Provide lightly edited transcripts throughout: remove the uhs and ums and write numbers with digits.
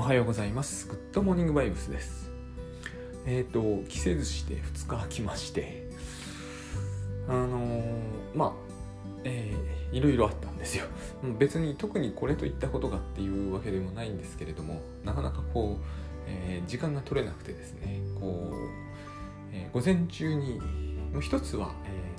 はようございます。グッドモーニングバイブスです。着せずして2日空きまして、いろいろあったんですよ。別に特にこれといったことがっていうわけでもないんですけれども、なかなか時間が取れなくてですね、午前中に一つは、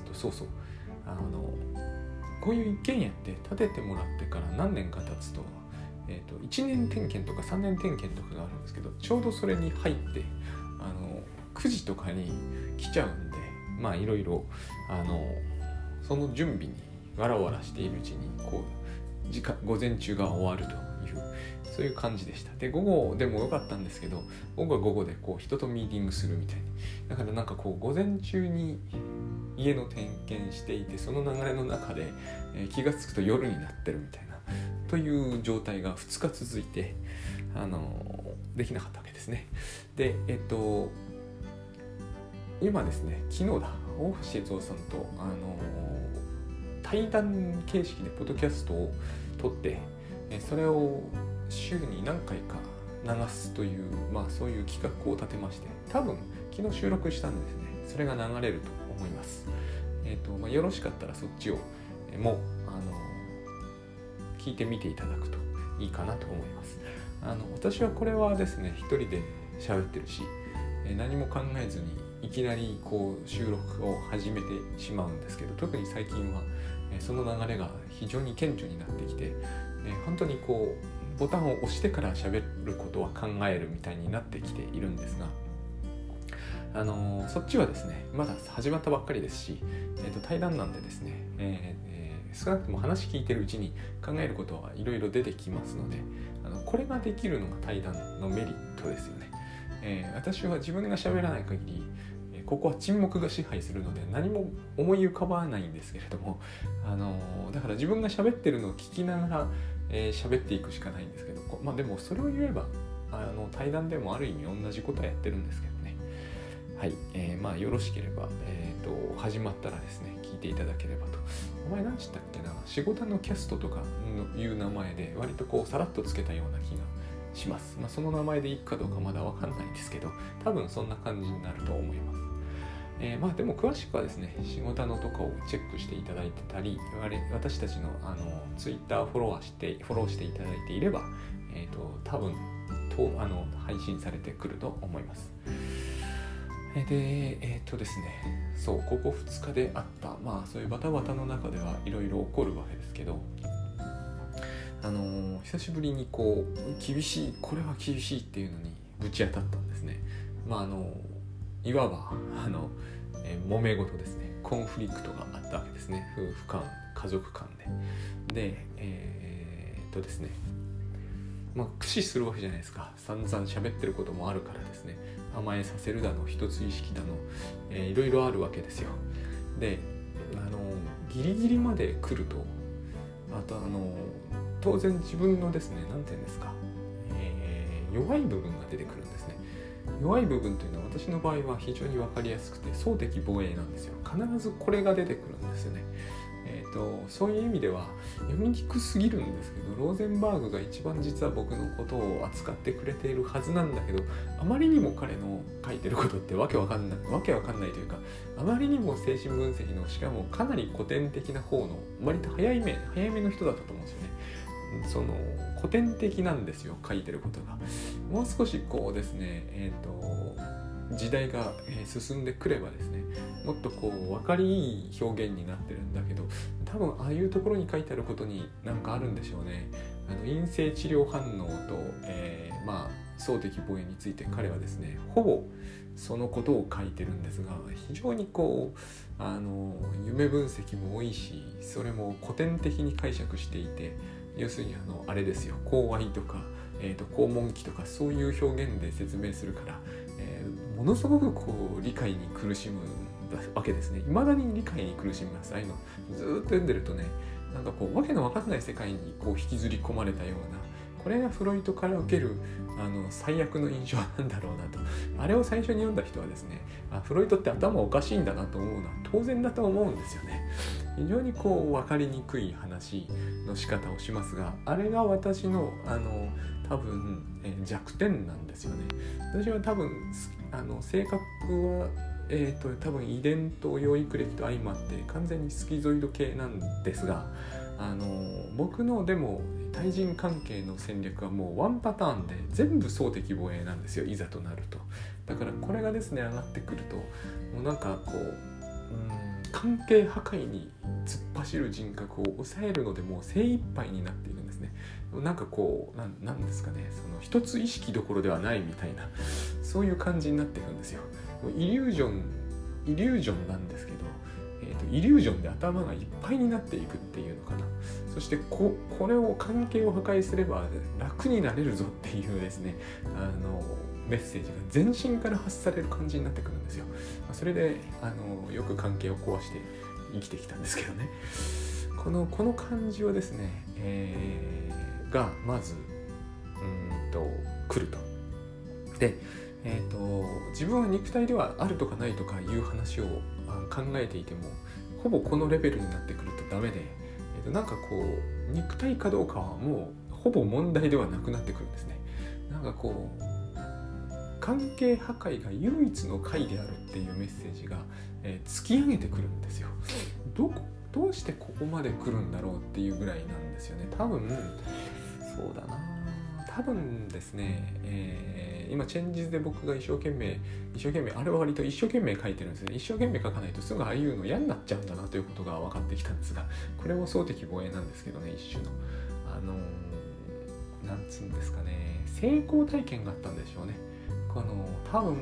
こういう一軒家って建ててもらってから何年か経つと、1年点検とか3年点検とかがあるんですけど、ちょうどそれに入って9時とかに来ちゃうんで、いろいろその準備にわらわらしているうちに午前中が終わるというそういう感じでした。で、午後でもよかったんですけど、午後は午後で人とミーティングするみたいに、だから午前中に家の点検していて、その流れの中で、気がつくと夜になってるみたいなという状態が2日続いて、できなかったわけですね。で、今ですね、昨日だ、大橋悦夫さんと対談形式でポッドキャストを撮って、それを週に何回か流すという、そういう企画を立てまして、多分昨日収録したんですね。それが流れると思います。よろしかったらそっちをも聞いてみていただくといいかなと思います。私はこれはですね、一人で喋ってるし、何も考えずにいきなり収録を始めてしまうんですけど、特に最近はその流れが非常に顕著になってきて、本当にボタンを押してから喋ることは考えるみたいになってきているんですが、そっちはですね、まだ始まったばっかりですし、対談なんでですね、少なくとも話聞いてるうちに考えることはいろいろ出てきますので、これができるのが対談のメリットですよね。私は自分が喋らない限り、ここは沈黙が支配するので何も思い浮かばないんですけれども、だから自分が喋ってるのを聞きながら喋っていくしかないんですけど、でもそれを言えば対談でもある意味同じことはやってるんですけどね。はい、よろしければ、始まったらですね、聞いていただければと。お前何ちったっけな、仕事のキャストとかいう名前で割とさらっとつけたような気がします。その名前でいくかどうかまだわかんないんですけど、多分そんな感じになると思います。でも詳しくはですね、仕事のとかをチェックしていただいてたり、私たちのTwitter フォローしていただいていれば、多分配信されてくると思います。で、ですね、ここ2日であった、そういうバタバタの中ではいろいろ起こるわけですけど、久しぶりにこれは厳しいっていうのにぶち当たったんですね。いわば揉め事ですね、コンフリクトがあったわけですね。夫婦間、家族間でですね、駆使するわけじゃないですか。散々喋ってることもあるからですね、甘えさせるだの、一つ意識だの、いろいろあるわけですよ。で、ギリギリまで来ると、当然自分のですね、なんていうんですか、弱い部分が出てくるんですね。弱い部分というのは私の場合は非常に分かりやすくて、総的防衛なんですよ。必ずこれが出てくるんですよね。そういう意味では読みにくすぎるんですけど、ローゼンバーグが一番実は僕のことを扱ってくれているはずなんだけど、あまりにも彼の書いてることってわけわかんないというか、あまりにも精神分析の、しかもかなり古典的な方の、割と早めの人だったと思うんですよね。その古典的なんですよ、書いてることが。もう少しですね、時代が進んでくればですね、もっと分かりいい表現になってるんだけど、多分ああいうところに書いてあることに何かあるんでしょうね。陰性治療反応と、総的防衛について彼はですね、ほぼそのことを書いてるんですが、非常に夢分析も多いし、それも古典的に解釈していて、要するにあれですよ、講愛とか、肛門期とかそういう表現で説明するから、ものすごく理解に苦しむわけですね。未だに理解に苦しみます。ああいうのずっと読んでるとね、わけのわかんない世界に引きずり込まれたような、これがフロイトから受ける最悪の印象なんだろうなと。あれを最初に読んだ人はですね、フロイトって頭おかしいんだなと思うのは当然だと思うんですよね。 非常にこう分かりにくい話の仕方をしますが、あれが私の多分、弱点なんですよね。私は多分性格は多分遺伝と養育歴と相まって完全にスキゾイド系なんですが、僕のでも対人関係の戦略はもうワンパターンで全部総敵防衛なんですよ、いざとなると。だからこれがですね上がってくると、もうなんかこう関係破壊に突っ走る人格を抑えるのでもう精一杯になっているんですね。なんかこうなんですかね、その一つ意識どころではないみたいな、そういう感じになっていくんですよ。イリュージョンなんですけど、イリュージョンで頭がいっぱいになっていくっていうのかな。そしてこれを関係を破壊すれば楽になれるぞっていうですね、メッセージが全身から発される感じになってくるんですよ。それでよく関係を壊して生きてきたんですけどね。この感じをですね、がまず来ると。で、自分は肉体ではあるとかないとかいう話を考えていてもほぼこのレベルになってくるとダメで、なんかこう肉体かどうかはもうほぼ問題ではなくなってくるんですね。なんかこう関係破壊が唯一の解であるっていうメッセージが、突き上げてくるんですよ。どうしてここまで来るんだろうっていうぐらいなんですよね。多分ですね、今チェンジズで僕が一生懸命あれは割と一生懸命書いてるんですね。一生懸命書かないとすぐああいうの嫌になっちゃうんだなということが分かってきたんですが、これも総敵防衛なんですけどね、一種のなんつうんですかね、成功体験があったんでしょうね。多分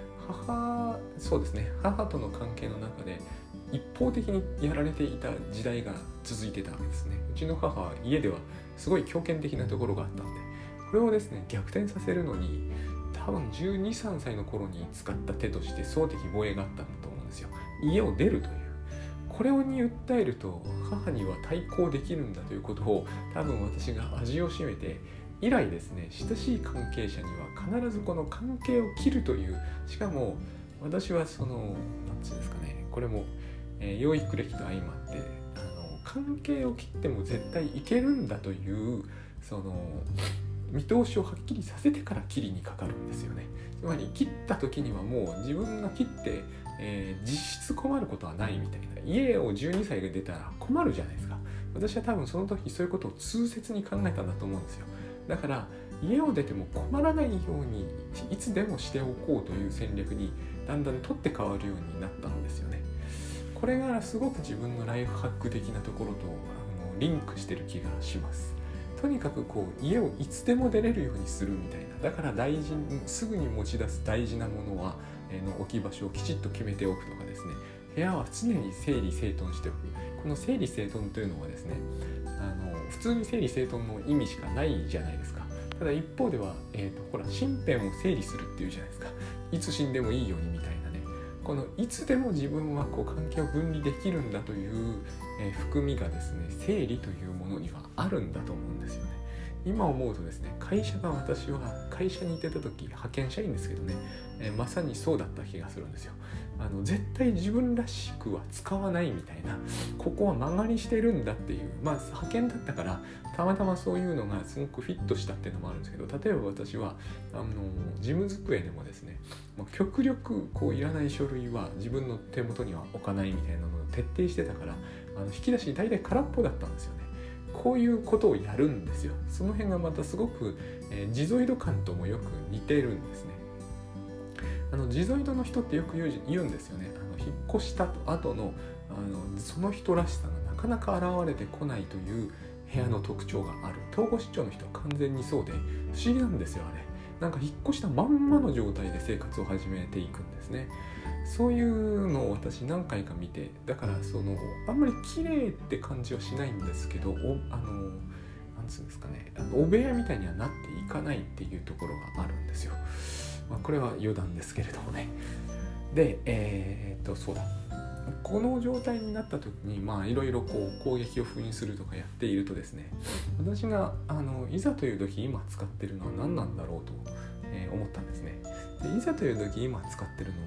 母との関係の中で一方的にやられていた時代が続いてたわけですね。うちの母は家ではすごい強権的なところがあったんで、これをですね逆転させるのに多分12、13歳の頃に使った手として総敵防衛があったんだと思うんですよ。家を出るという、これに訴えると母には対抗できるんだということを多分私が味を占めて以来ですね、親しい関係者には必ずこの関係を切るという、しかも私はなんていうんですかね、これも、養育歴と相まって関係を切っても絶対いけるんだという見通しをはっきりさせてから切りにかかるんですよね。つまり切った時にはもう自分が切って、実質困ることはないみたいな。家を12歳が出たら困るじゃないですか。私は多分その時そういうことを痛切に考えたんだと思うんですよ。だから家を出ても困らないようにいつでもしておこうという戦略にだんだん取って変わるようになったんですよね。これがすごく自分のライフハック的なところとリンクしてる気がします。とにかく家をいつでも出れるようにするみたいな。だからすぐに持ち出す大事なものは置き場所をきちっと決めておくとかですね、部屋は常に整理整頓しておく。この整理整頓というのはですね、普通に整理整頓の意味しかないじゃないですか。ただ一方では、身辺を整理するっていうじゃないですか。いつ死んでもいいようにみたいなね。このいつでも自分は関係を分離できるんだという、含みがですね、整理というものにはあるんだと思うんですよね。今思うとですね、私は会社にいてた時派遣社員ですけどね、まさにそうだった気がするんですよ。絶対自分らしくは使わないみたいな、ここは曲がりしてるんだっていう、派遣だったからたまたまそういうのがすごくフィットしたっていうのもあるんですけど、例えば私は事務机でもですね、極力いらない書類は自分の手元には置かないみたいなのを徹底してたから、引き出し大体空っぽだったんですよね。こういうことをやるんですよ。その辺がまたすごく、ジゾイド感ともよく似てるんですね。ジゾイドの人ってよく言うんですよね。引っ越した後のその人らしさがなかなか現れてこないという部屋の特徴がある。統合失調の人は完全にそうで不思議なんですよ。あれなんか引っ越したまんまの状態で生活を始めていくんですね。そういうのを私何回か見て、だからあんまり綺麗って感じはしないんですけど、なんつうんですかね、お部屋みたいにはなっていかないっていうところがあるんですよ。これは余談ですけれどもね。で、そうだ。この状態になった時にいろいろ攻撃を封印するとかやっているとですね、私がいざという時今使ってるのは何なんだろうと、思ったんですね。でいざという時今使ってるのは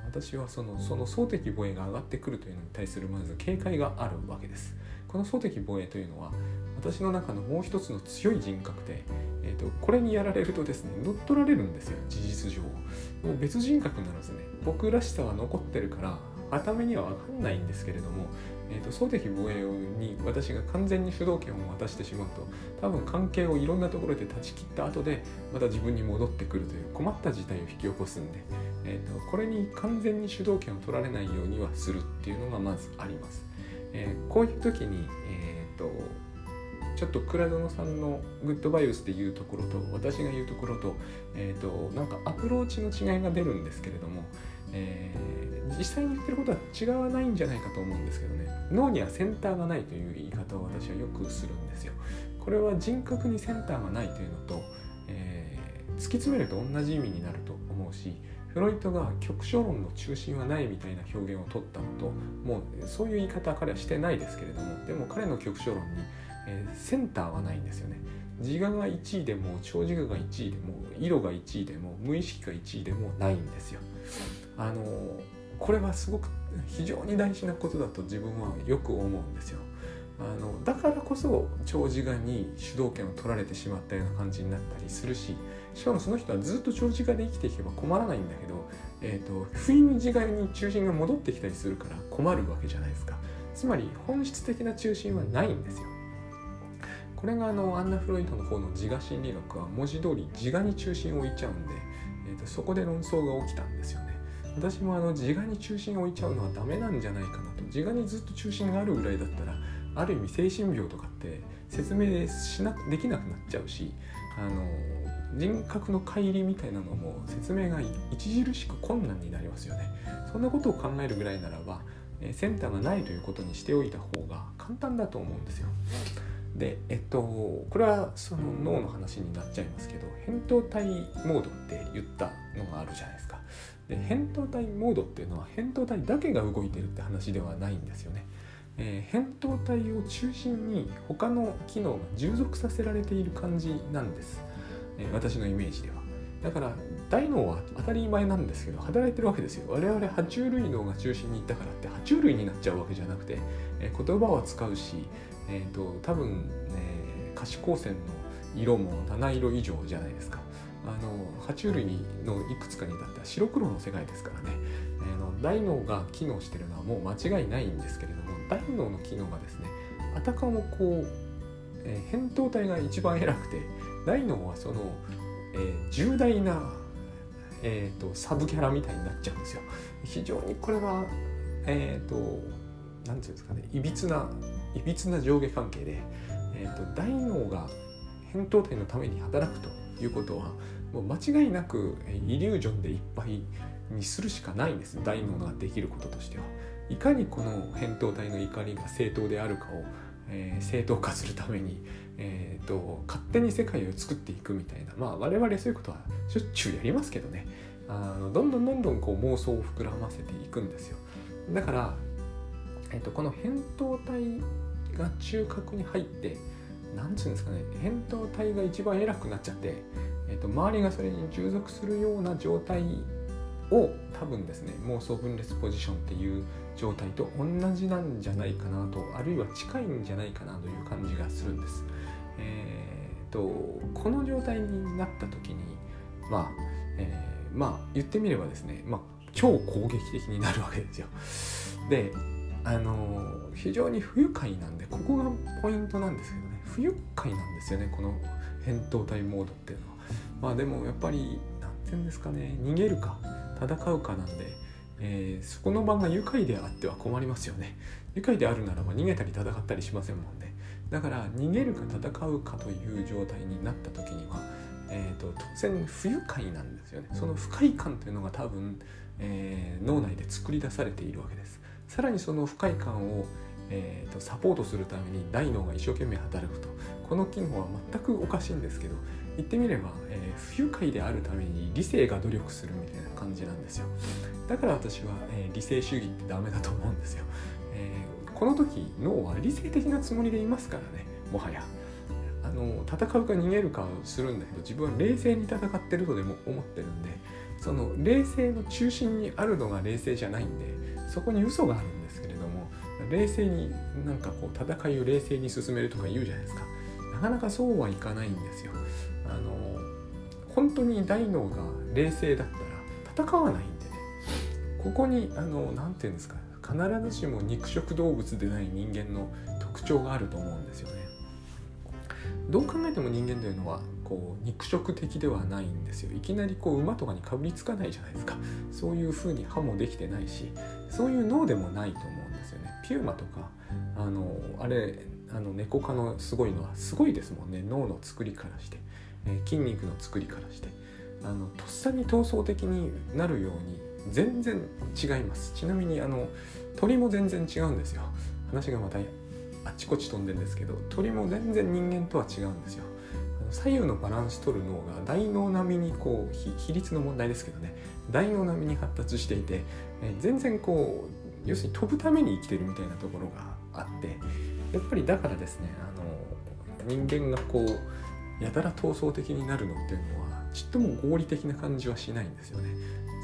私はその総的防衛が上がってくるというのに対するまず警戒があるわけです。この総的防衛というのは私の中のもう一つの強い人格で、これにやられるとですね、乗っ取られるんですよ、事実上。もう別人格になるんですね。僕らしさは残ってるから頭目には分かんないんですけれども、総的防衛に私が完全に主導権を渡してしまうと、多分関係をいろんなところで断ち切った後でまた自分に戻ってくるという困った事態を引き起こすんで、これに完全に主導権を取られないようにはするっていうのがまずあります。こういう時に、ちょっと倉園さんのグッドバイオスで言うところと私が言うところと、なんかアプローチの違いが出るんですけれども、実際に言ってることは違わないんじゃないかと思うんですけどね。脳にはセンターがないという言い方を私はよくするんですよ。これは人格にセンターがないというのと、突き詰めると同じ意味になると思うし、フロイトが極小論の中心はないみたいな表現を取ったのと、もうそういう言い方は彼はしてないですけれども、でも彼の極小論に、センターはないんですよね。自我が1位でも超自我が1位でも色が1位でも無意識が1位でもないんですよ。これはすごく非常に大事なことだと自分はよく思うんですよ。だからこそ超自我に主導権を取られてしまったような感じになったりするし、しかもその人はずっと超自我で生きていけば困らないんだけど、不意に自我に中心が戻ってきたりするから困るわけじゃないですか。つまり本質的な中心はないんですよ。これがアンナ・フロイトの方の自我心理学は文字通り自我に中心を置いちゃうんで、そこで論争が起きたんですよね。私も自我に中心を置いちゃうのはダメなんじゃないかなと。自我にずっと中心があるぐらいだったら、ある意味精神病とかって説明できなくなっちゃうし、人格の乖離みたいなのも説明が著しく困難になりますよね。そんなことを考えるぐらいならば、センターがないということにしておいた方が簡単だと思うんですよ。で、これはその脳の話になっちゃいますけど、扁桃体モードって言ったのがあるじゃないですか。で、扁桃体モードっていうのは扁桃体だけが動いてるって話ではないんですよね。扁桃体を中心に他の機能が従属させられている感じなんです、私のイメージでは。だから大脳は当たり前なんですけど働いてるわけですよ。我々爬虫類脳が中心に行ったからって爬虫類になっちゃうわけじゃなくて、言葉は使うし、多分、可視光線の色も7色以上じゃないですか。爬虫類のいくつかに至っては白黒の世界ですからね。大脳が機能しているのはもう間違いないんですけれども、大脳の機能がですね、あたかもこう、扁桃体が一番偉くて、大脳はその、重大な、サブキャラみたいになっちゃうんですよ。非常にこれはなんていうんですかね、いびつな上下関係で、大脳が扁桃体のために働くということはもう間違いなくイリュージョンでいっぱいにするしかないんです。大脳ができることとしては、いかにこの扁桃体の怒りが正当であるかを、正当化するために、勝手に世界を作っていくみたいな、我々そういうことはしょっちゅうやりますけどね。どんどんこう妄想を膨らませていくんですよ。だから、この扁桃体が中核に入って、なんていうんですかね、扁桃体が一番偉くなっちゃって、周りがそれに従属するような状態を多分ですね、妄想分裂ポジションっていう状態と同じなんじゃないかなと、あるいは近いんじゃないかなという感じがするんです。この状態になった時に言ってみればですね、超攻撃的になるわけですよ。で、非常に不愉快なんで、ここがポイントなんですけどね、不愉快なんですよね、この扁桃体モードっていうのは。でもやっぱりなんていうんですかね、逃げるか戦うかなんで、そこの場が愉快であっては困りますよね。愉快であるならば逃げたり戦ったりしませんもんね。だから逃げるか戦うかという状態になった時には、当然不愉快なんですよね。その不快感というのが多分、脳内で作り出されているわけです。さらにその不快感を、サポートするために大脳が一生懸命働くと、この機能は全くおかしいんですけど、言ってみれば、不愉快であるために理性が努力するみたいな感じなんですよ。だから私は、理性主義ってダメだと思うんですよ。この時脳は理性的なつもりでいますからね、もはや戦うか逃げるかをするんだけど、自分は冷静に戦ってるとでも思ってるんで、 その冷静の中心にあるのが冷静じゃないんで、そこに嘘があるんですけれども、冷静になんかこう戦いを冷静に進めるとか言うじゃないですか。なかなかそうはいかないんですよ。本当に大脳が冷静だったら戦わないんでね、ここになんていうんですか、必ずしも肉食動物でない人間の特徴があると思うんですよね。どう考えても人間というのはこう肉食的ではないんですよ。いきなりこう馬とかにかぶりつかないじゃないですか。そういう風に歯もできてないし、そういう脳でもないと思うんですよね。ピューマとか猫科のすごいのはすごいですもんね。脳の作りからして、筋肉の作りからして、とっさに闘争的になるように全然違います。ちなみに鳥も全然違うんですよ。話がまたあっちこっち飛んでるんですけど、鳥も全然人間とは違うんですよ。左右のバランス取る脳が大脳並みにこう比率の問題ですけどね、大脳並みに発達していて、全然こう要するに飛ぶために生きてるみたいなところがあって、やっぱりだからですね、人間がこうやたら闘争的になるのっていうのはちっとも合理的な感じはしないんですよね。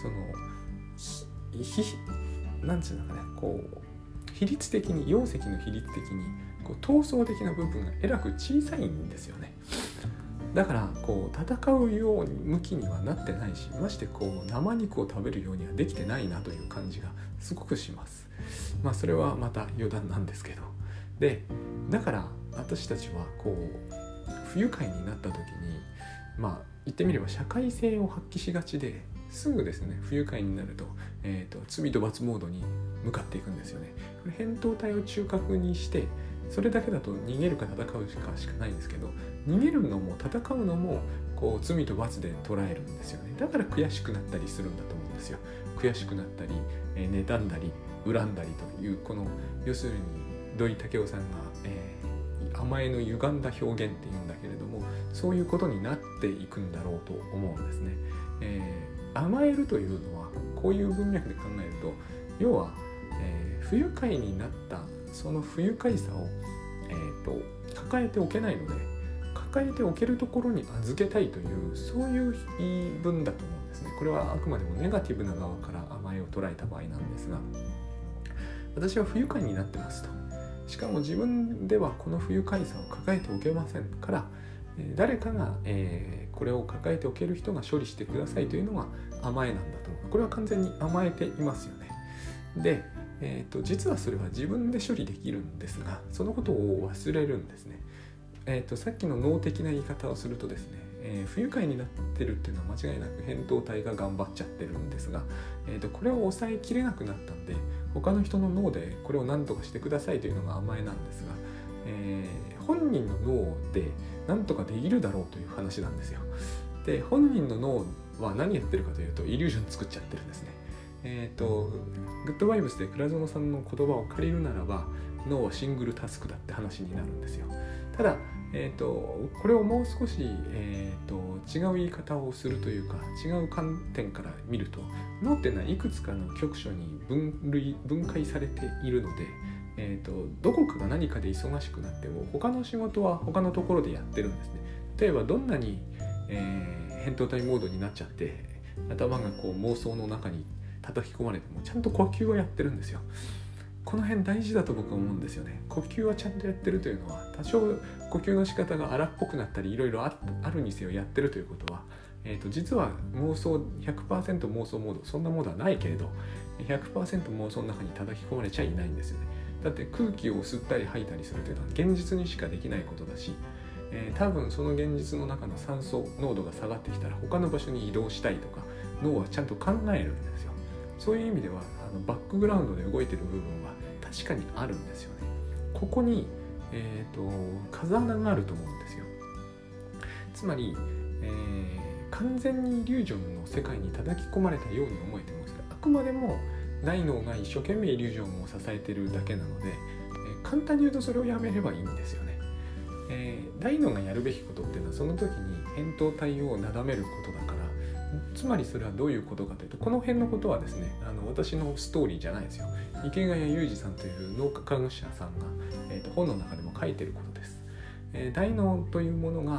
なんていうのかね、こう比率的に、容積の比率的にこう闘争的な部分がえらく小さいんですよね。だからこう戦うように向きにはなってないし、ましてこう生肉を食べるようにはできてないなという感じがすごくします。それはまた余談なんですけど、でだから私たちはこう不愉快になった時に言ってみれば社会性を発揮しがちで、すぐですね不愉快になると、罪と罰モードに向かっていくんですよね。これ扁桃体を中核にして、それだけだと逃げるか戦うしかないんですけど、逃げるのも戦うのもこう罪と罰で捉えるんですよね。だから悔しくなったりするんだと思うんですよ。悔しくなったり、妬んだり恨んだりという、この要するに土井武雄さんが、甘えの歪んだ表現っていうんだけれども、そういうことになっていくんだろうと思うんですね。甘えるというのはこういう文脈で考えると、要は、不愉快になったその不愉快さを、抱えておけないので、抱えておけるところに預けたいという、そういう言い分だと思うんですね。これはあくまでもネガティブな側から甘えを捉えた場合なんですが、私は不愉快になってますと。しかも自分ではこの不愉快さを抱えておけませんから、誰かが、これを抱えておける人が処理してくださいというのが甘えなんだと思う。これは完全に甘えていますよね。で、実はそれは自分で処理できるんですが、そのことを忘れるんですね。さっきの脳的な言い方をするとですね、不愉快になってるっていうのは間違いなく扁桃体が頑張っちゃってるんですが、これを抑えきれなくなったんで、他の人の脳でこれを何とかしてくださいというのが甘えなんですが、本人の脳で何とかできるだろうという話なんですよ。で、本人の脳は何やってるかというと、イリュージョン作っちゃってるんですね。グッドバイブスで倉園さんの言葉を借りるならば、脳はシングルタスクだって話になるんですよ。ただ、これをもう少し、違う言い方をするというか、違う観点から見ると、脳っていうのはいくつかの局所に分解されているので、どこかが何かで忙しくなっても他の仕事は他のところでやってるんですね。例えばどんなに、扁桃体モードになっちゃって頭がこう妄想の中に叩き込まれても、ちゃんと呼吸をやってるんですよ。この辺大事だと僕は思うんですよね。呼吸はちゃんとやってるというのは、多少呼吸の仕方が荒っぽくなったりいろいろあるにせよやってるということは、実は妄想 100% 妄想モード、そんなモードはないけれど 100% 妄想の中に叩き込まれちゃいないんですよね。だって空気を吸ったり吐いたりするというのは現実にしかできないことだし、多分その現実の中の酸素濃度が下がってきたら他の場所に移動したいとか、脳はちゃんと考えるんですよ。そういう意味ではバックグラウンドで動いている部分は確かにあるんですよね。ここに、風穴があると思うんですよ。つまり、完全にイリュージョンの世界に叩き込まれたように思えても、あくまでも大脳が一生懸命イリュージョンを支えているだけなので、簡単に言うとそれをやめればいいんですよね。大脳がやるべきことっていうのは、その時に扁桃体をなだめることだから、つまりそれはどういうことかというと、この辺のことはですね、私のストーリーじゃないですよ。池谷裕二さんという脳科学者さんが、本の中でも書いてることです。大脳というものが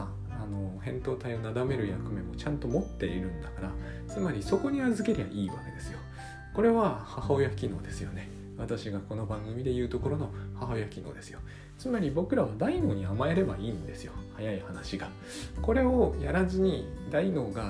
扁桃体をなだめる役目もちゃんと持っているんだから、つまりそこに預けりゃいいわけですよ。これは母親機能ですよね。私がこの番組で言うところの母親機能ですよ。つまり僕らは大脳に甘えればいいんですよ。早い話が。これをやらずに大脳が、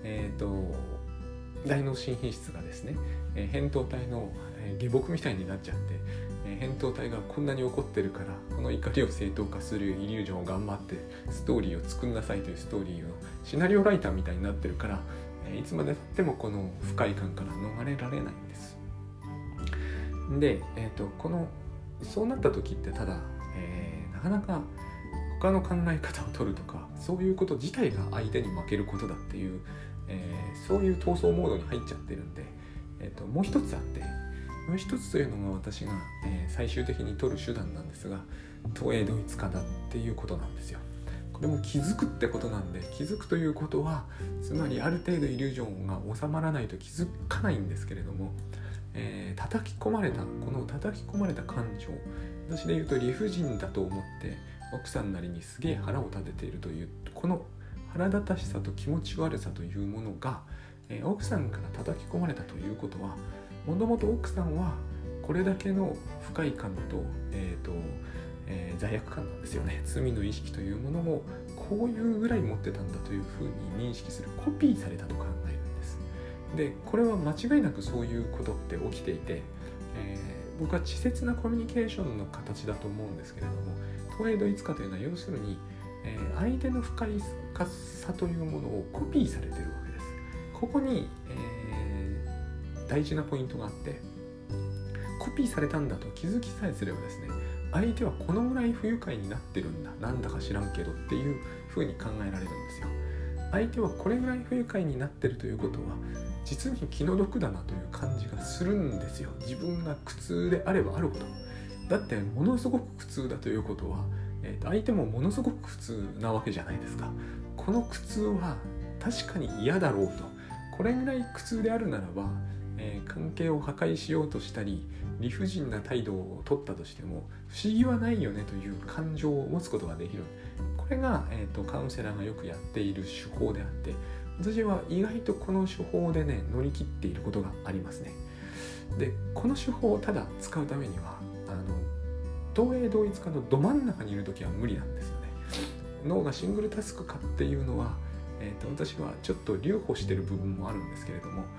大脳新品質がですね、扁桃体の下僕みたいになっちゃって、扁桃体がこんなに怒ってるからこの怒りを正当化するイリュージョンを頑張ってストーリーを作んなさいというストーリーのシナリオライターみたいになってるから、いつまでたってもこの不快感から逃れられないんです。で、そうなった時ってただ、なかなか他の考え方を取るとかそういうこと自体が相手に負けることだっていう、そういう闘争モードに入っちゃってるんで、もう一つあって、もう一つというのが私が、最終的に取る手段なんですが、投影同一化だっていうことなんですよ。これも気づくってことなんで、気づくということはつまりある程度イリュージョンが収まらないと気づかないんですけれども、叩き込まれた感情、私で言うと理不尽だと思って奥さんなりにすげえ腹を立てているというこの腹立たしさと気持ち悪さというものが、奥さんから叩き込まれたということは、もともと奥さんはこれだけの不快感と、罪悪感なんですよね。罪の意識というものをこういうぐらい持ってたんだというふうに認識する、コピーされたと考えるんです。で、これは間違いなくそういうことって起きていて、僕は稚拙なコミュニケーションの形だと思うんですけれども、投影同一化というのは要するに、相手の不快さというものをコピーされているわけです。ここに、大事なポイントがあって、コピーされたんだと気づきさえすればですね、相手はこのぐらい不愉快になってるんだ、なんだか知らんけどっていうふうに考えられるんですよ。相手はこれぐらい不愉快になってるということは実に気の毒だなという感じがするんですよ。自分が苦痛であればあるほど。だってものすごく苦痛だということは、相手もものすごく苦痛なわけじゃないですか。この苦痛は確かに嫌だろうと。これぐらい苦痛であるならば、関係を破壊しようとしたり理不尽な態度を取ったとしても不思議はないよねという感情を持つことができる。これが、カウンセラーがよくやっている手法であって、私は意外とこの手法でね乗り切っていることがありますね。で、この手法をただ使うためには投影同一化のど真ん中にいるときは無理なんですよね。脳がシングルタスク化っていうのは、私はちょっと留保している部分もあるんですけれども、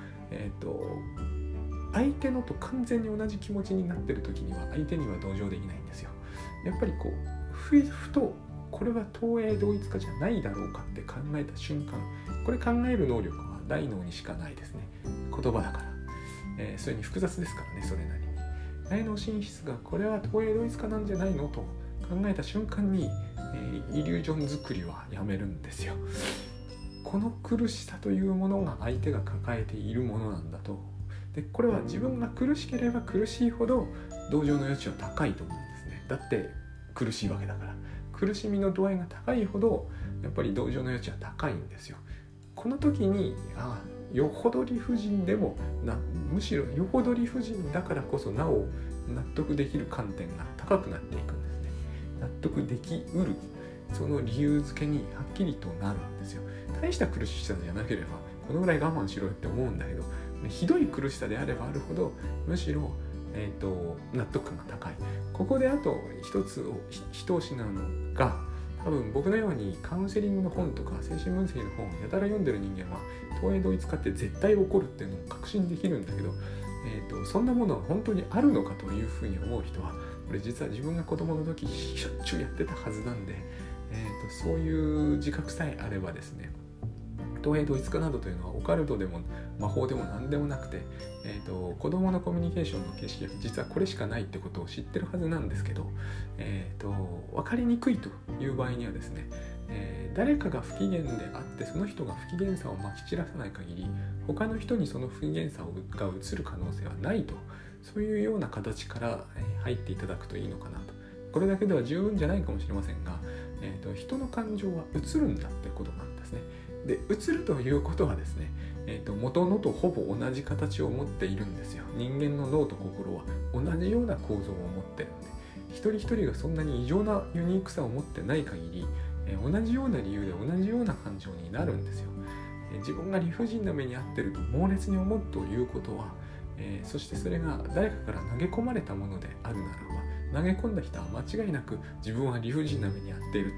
相手のと完全に同じ気持ちになっているときには相手には同情できないんですよ。やっぱりこうふとこれは投影同一化じゃないだろうかって考えた瞬間、これ考える能力は大脳にしかないですね。言葉だから、それに複雑ですからね、それなりに大脳進出がこれは投影同一化なんじゃないのと考えた瞬間に、イリュージョン作りはやめるんですよ。この苦しさというものが相手が抱えているものなんだと。で、これは自分が苦しければ苦しいほど同情の余地は高いと思うんですね。だって苦しいわけだから、苦しみの度合いが高いほどやっぱり同情の余地は高いんですよ。この時によほど理不尽でもむしろよほど理不尽だからこそなお納得できる観点が高くなっていくんですね。納得できうるその理由付けにはっきりとなるんですよ。大した苦しさじゃなければこのぐらい我慢しろよって思うんだけど、ひどい苦しさであればあるほどむしろ、納得感が高い。ここであと一押しなのが、多分僕のようにカウンセリングの本とか精神分析の本をやたら読んでる人間は投影同一化って絶対起こるっていうのを確信できるんだけど、そんなものは本当にあるのかというふうに思う人は、これ実は自分が子供の時しょっちゅうやってたはずなんで、そういう自覚さえあればですね、投影同一化などというのはオカルトでも魔法でも何でもなくて、子供のコミュニケーションの形式が実はこれしかないってことを知ってるはずなんですけど、分かりにくいという場合にはですね、誰かが不機嫌であってその人が不機嫌さをまき散らさない限り他の人にその不機嫌さが移る可能性はないと、そういうような形から入っていただくといいのかなと。これだけでは十分じゃないかもしれませんが、人の感情は移るんだってことなんですね。で、移るということはですね、元のとほぼ同じ形を持っているんですよ。人間の脳と心は同じような構造を持ってるんで、一人一人がそんなに異常なユニークさを持ってない限り、 同じような理由で同じような感情になるんですよ。自分が理不尽な目に遭っていると猛烈に思うということは、そしてそれが誰かから投げ込まれたものであるならば、投げ込んだ人は間違いなく自分は理不尽な目に遭っているって、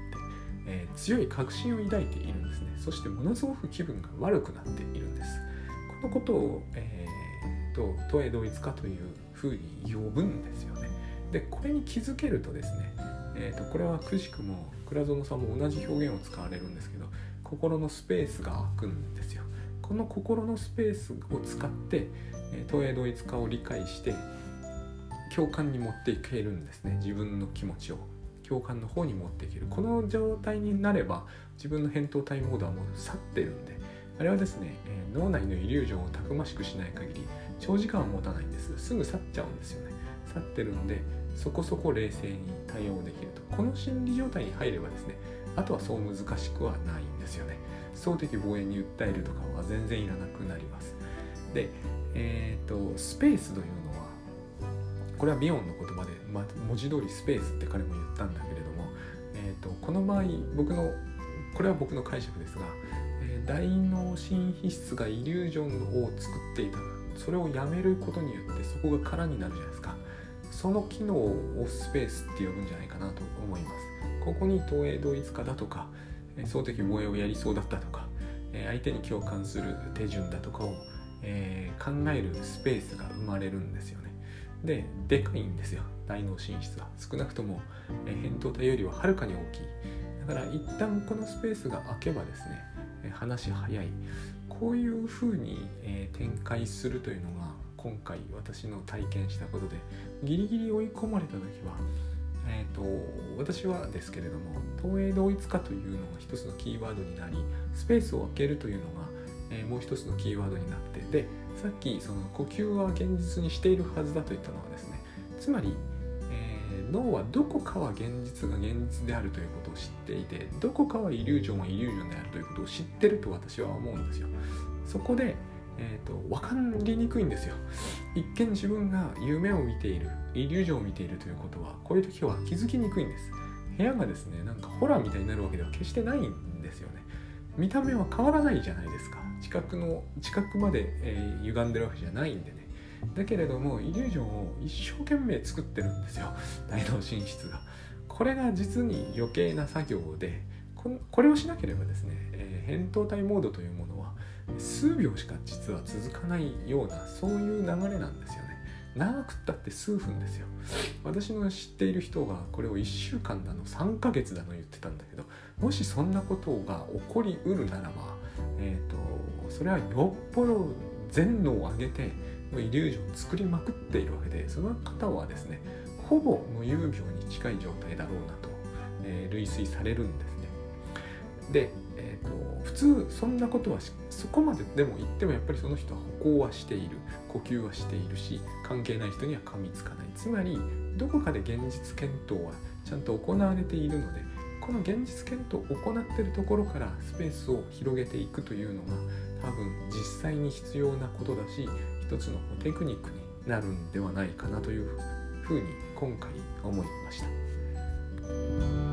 強い確信を抱いているんですね。そしてものすごく気分が悪くなっているんです。このことを、投影同一化というふうに呼ぶんですよね。でこれに気づけるとですね、これはくしくも倉園さんも同じ表現を使われるんですけど、心のスペースが空くんですよ。この心のスペースを使って投影同一化を理解して共感に持っていけるんですね。自分の気持ちを共感の方に持っていける。この状態になれば自分の扁桃体モードはもう去ってるんで、あれはですね、脳内のイリュージョンをたくましくしない限り長時間は持たないんです。すぐ去っちゃうんですよね。去ってるんでそこそこ冷静に対応できると。この心理状態に入ればですね、あとはそう難しくはないんですよね。相的防衛に訴えるとかは全然いらなくなります。で、スペースというのは、これはビヨンの言葉で、文字通りスペースって彼も言ったんだけれども、この場合これは僕の解釈ですが、大脳新皮質がイリュージョンを作っていた。それをやめることによってそこが空になるじゃないですか。その機能をスペースって呼ぶんじゃないかなと思います。ここに投影同一化だとか相的防衛をやりそうだったとか相手に共感する手順だとかを、考えるスペースが生まれるんですよね。でかいんですよ、大脳進出は。少なくとも扁桃体よりははるかに大きい。だから一旦このスペースが空けばですね、話早い。こういうふうに、展開するというのが今回私の体験したことで、ギリギリ追い込まれた時は私はですけれども、投影同一化というのが一つのキーワードになり、スペースを空けるというのが、もう一つのキーワードになって、でさっきその呼吸は現実にしているはずだと言ったのはですね、つまり、脳はどこかは現実が現実であるということを知っていて、どこかはイリュージョンはイリュージョンであるということを知ってると私は思うんですよ。そこで分かりにくいんですよ。一見自分が夢を見ている、イリュージョンを見ているということは、こういう時は気づきにくいんです。部屋がですね、なんかホラーみたいになるわけでは決してないんですよね。見た目は変わらないじゃないですか。近くまで、歪んでるわけじゃないんでね。だけれどもイリュージョンを一生懸命作ってるんですよ、大脳進出が。これが実に余計な作業で、これをしなければですね、扁桃体モードというものは数秒しか実は続かないような、そういう流れなんですよね。長くったって数分ですよ。私の知っている人がこれを1週間だの3ヶ月だの言ってたんだけど、もしそんなことが起こりうるならば、それはよっぽど全脳を上げてイリュージョンを作りまくっているわけで、その方はですね、ほぼ無遊病に近い状態だろうなと、類推されるんですね。で、普通そんなことはそこまででも言ってもやっぱりその人は歩行はしている、呼吸はしているし、関係ない人には噛みつかない。つまりどこかで現実検討はちゃんと行われているので、この現実検討を行っているところからスペースを広げていくというのが多分実際に必要なことだし、一つのテクニックになるんではないかなというふうに今回思いました。